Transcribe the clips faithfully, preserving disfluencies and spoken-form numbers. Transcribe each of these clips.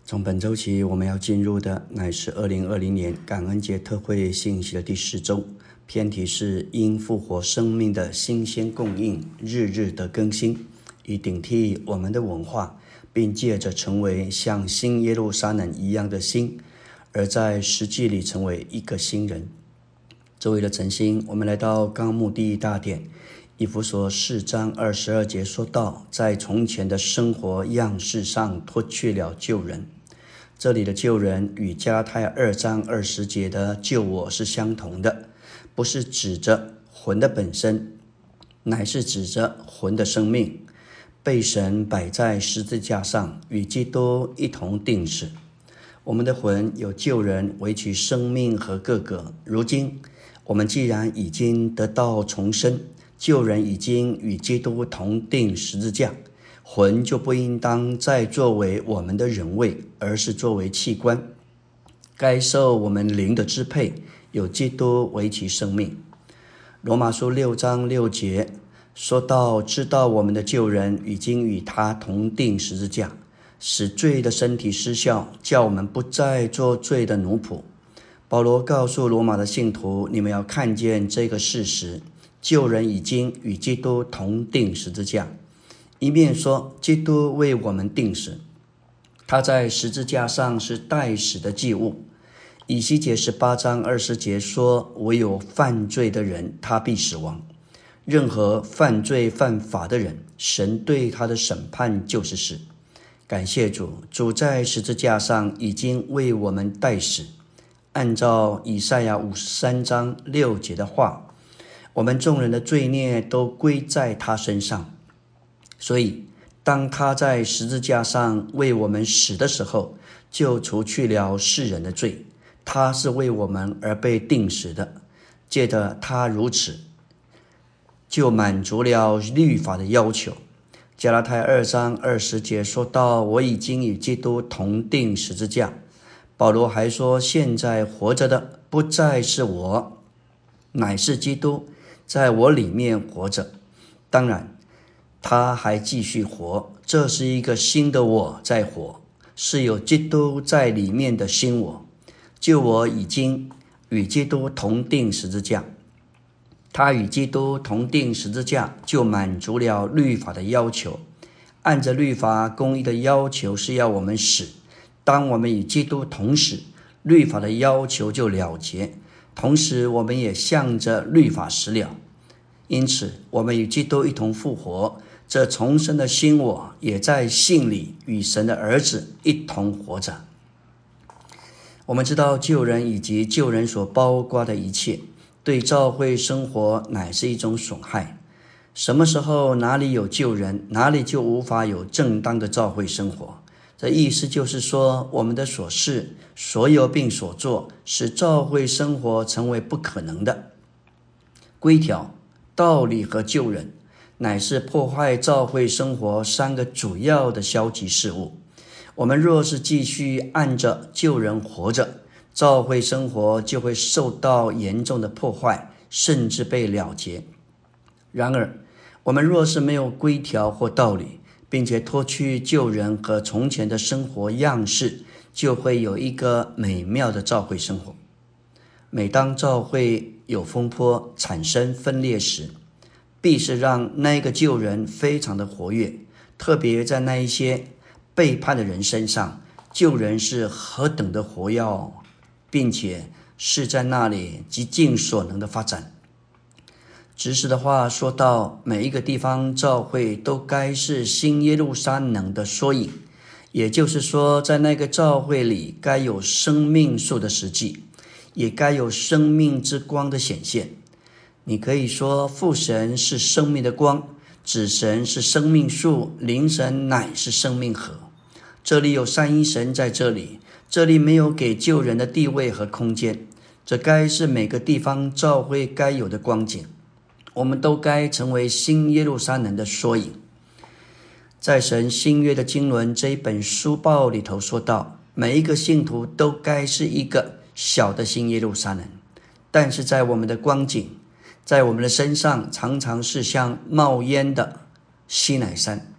从本周起，我们要进入的乃是二零二零年感恩节特会信息的第四周，篇题是因复活生命的新鲜供应，日日的更新，以顶替我们的文化，并借着成为像新耶路撒冷一样的新，而在实际里成为一个新人。周围的晨星，我们来到纲目第一大点，以弗所四章二十二节说到，在从前的生活样式上脱去了旧人。这里的旧人与加拉太二章二十节的旧我是相同的，不是指着魂的本身，乃是指着魂的生命，被神摆在十字架上，与基督一同钉死。我们的魂有旧人为其生命和各个，如今我们既然已经得到重生，旧人已经与基督同钉十字架，魂就不应当再作为我们的人位，而是作为器官，该受我们灵的支配，有基督为其生命。罗马书六章六节说到，知道我们的旧人已经与他同钉十字架，使罪的身体失效，叫我们不再做罪的奴仆。保罗告诉罗马的信徒，你们要看见这个事实，旧人已经与基督同钉十字架。一面说基督为我们钉死，他在十字架上是代死的祭物。以西结十八章二十节说，唯有犯罪的人他必死亡，任何犯罪犯法的人，神对他的审判就是死。感谢主，主在十字架上已经为我们代死。按照以赛亚五十三章六节的话，我们众人的罪孽都归在他身上。所以当他在十字架上为我们死的时候，就除去了世人的罪，他是为我们而被钉死的。借着他如此，就满足了律法的要求。加拉太二章二十节说到，我已经与基督同钉十字架。保罗还说，现在活着的不再是我，乃是基督在我里面活着。当然他还继续活，这是一个新的我在活，是有基督在里面的新我。旧我已经与基督同钉十字架，他与基督同钉十字架，就满足了律法的要求。按着律法公义的要求是要我们死，当我们与基督同死，律法的要求就了结，同时我们也向着律法死了。因此我们与基督一同复活，这重生的新我也在信里与神的儿子一同活着。我们知道旧人以及旧人所包括的一切，对教会生活乃是一种损害。什么时候哪里有旧人，哪里就无法有正当的教会生活。这意思就是说，我们的所事所有并所做，使教会生活成为不可能的。规条、道理和旧人乃是破坏教会生活三个主要的消极事物。我们若是继续按着旧人活着，教会生活就会受到严重的破坏，甚至被了结。然而我们若是没有规条或道理，并且脱去旧人和从前的生活样式，就会有一个美妙的教会生活。每当教会有风波产生分裂时，必是让那个旧人非常的活跃，特别在那一些背叛的人身上，旧人是何等的活跃，并且是在那里极尽所能的发展。执事的话说到，每一个地方教会都该是新耶路撒冷的缩影，也就是说，在那个教会里该有生命树的实际，也该有生命之光的显现。你可以说，父神是生命的光，子神是生命树，灵神乃是生命河。这里有三一神在这里，这里没有给旧人的地位和空间，这该是每个地方教会该有的光景。我们都该成为新耶路撒冷的缩影。在神新约的经纶这一本书报里头说到，每一个信徒都该是一个小的新耶路撒冷，但是在我们的光景，在我们的身上常常是像冒烟的西乃山，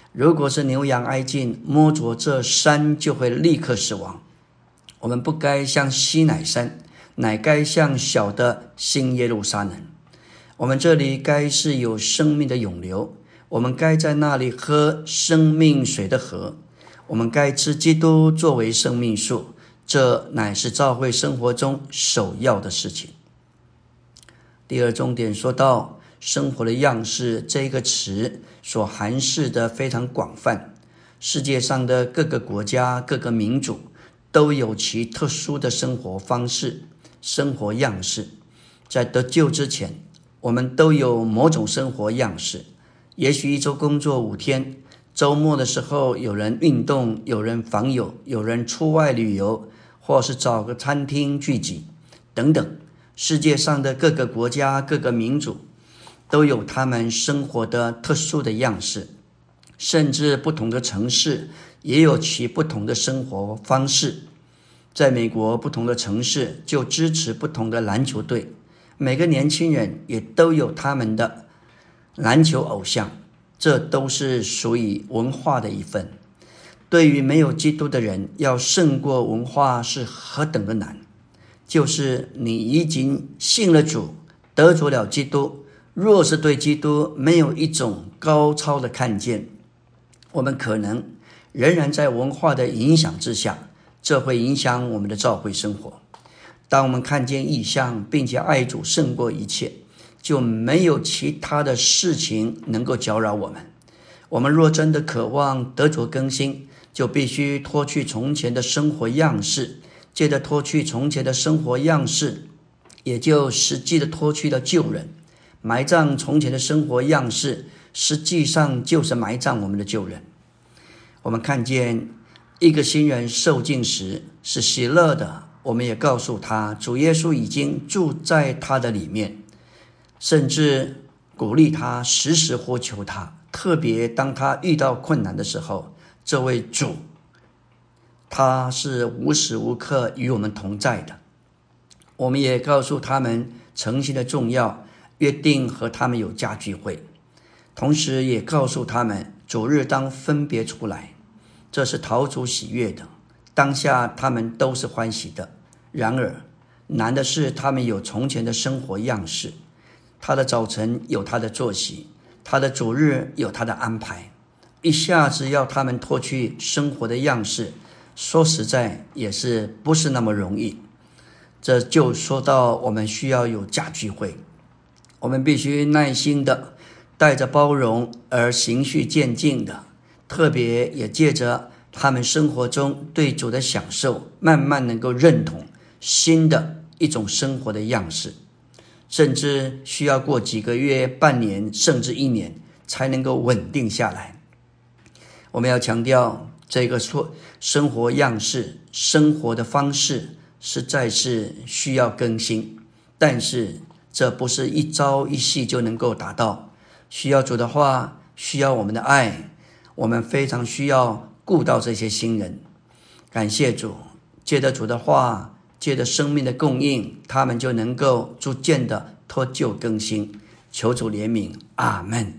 如果是牛羊挨近，摸着这山就会立刻死亡。我们不该像西乃山，乃该像小的新耶路撒冷。我们这里该是有生命的涌流，我们该在那里喝生命水的河，我们该吃基督作为生命树，这乃是教会生活中首要的事情。第二重点说到生活的样式，这个词所涵饰的非常广泛，世界上的各个国家、各个民族都有其特殊的生活方式、生活样式。在得救之前，我们都有某种生活样式。也许一周工作五天，周末的时候有人运动，有人访友，有人出外旅游，或是找个餐厅聚集等等。世界上的各个国家、各个民族都有他们生活的特殊的样式，甚至不同的城市也有其不同的生活方式。在美国，不同的城市就支持不同的篮球队，每个年轻人也都有他们的篮球偶像，这都是属于文化的一份。对于没有基督的人，要胜过文化是何等的难。就是你已经信了主，得着了基督，若是对基督没有一种高超的看见，我们可能仍然在文化的影响之下，这会影响我们的教会生活。当我们看见异象，并且爱主胜过一切，就没有其他的事情能够搅扰我们。我们若真的渴望得着更新，就必须脱去从前的生活样式，借着脱去从前的生活样式，也就实际的脱去了旧人，埋葬从前的生活样式，实际上就是埋葬我们的旧人。我们看见一个新人受浸时是喜乐的，我们也告诉他主耶稣已经住在他的里面，甚至鼓励他时时呼求他，特别当他遇到困难的时候，这位主他是无时无刻与我们同在的。我们也告诉他们诚信的重要，约定和他们有家聚会，同时也告诉他们主日当分别出来，这是讨主喜悦的。当下他们都是欢喜的，然而难的是他们有从前的生活样式，他的早晨有他的作息，他的主日有他的安排，一下子要他们脱去生活的样式，说实在也是不是那么容易。这就说到我们需要有家聚会，我们必须耐心的带着包容而循序渐进的，特别也借着他们生活中对主的享受，慢慢能够认同新的一种生活的样式，甚至需要过几个月、半年甚至一年才能够稳定下来。我们要强调这个生活样式、生活的方式实在是需要更新，但是这不是一朝一夕就能够达到，需要主的话，需要我们的爱，我们非常需要顾到这些新人。感谢主，借着主的话，借着生命的供应，他们就能够逐渐的脱臼更新。求主怜悯，阿们。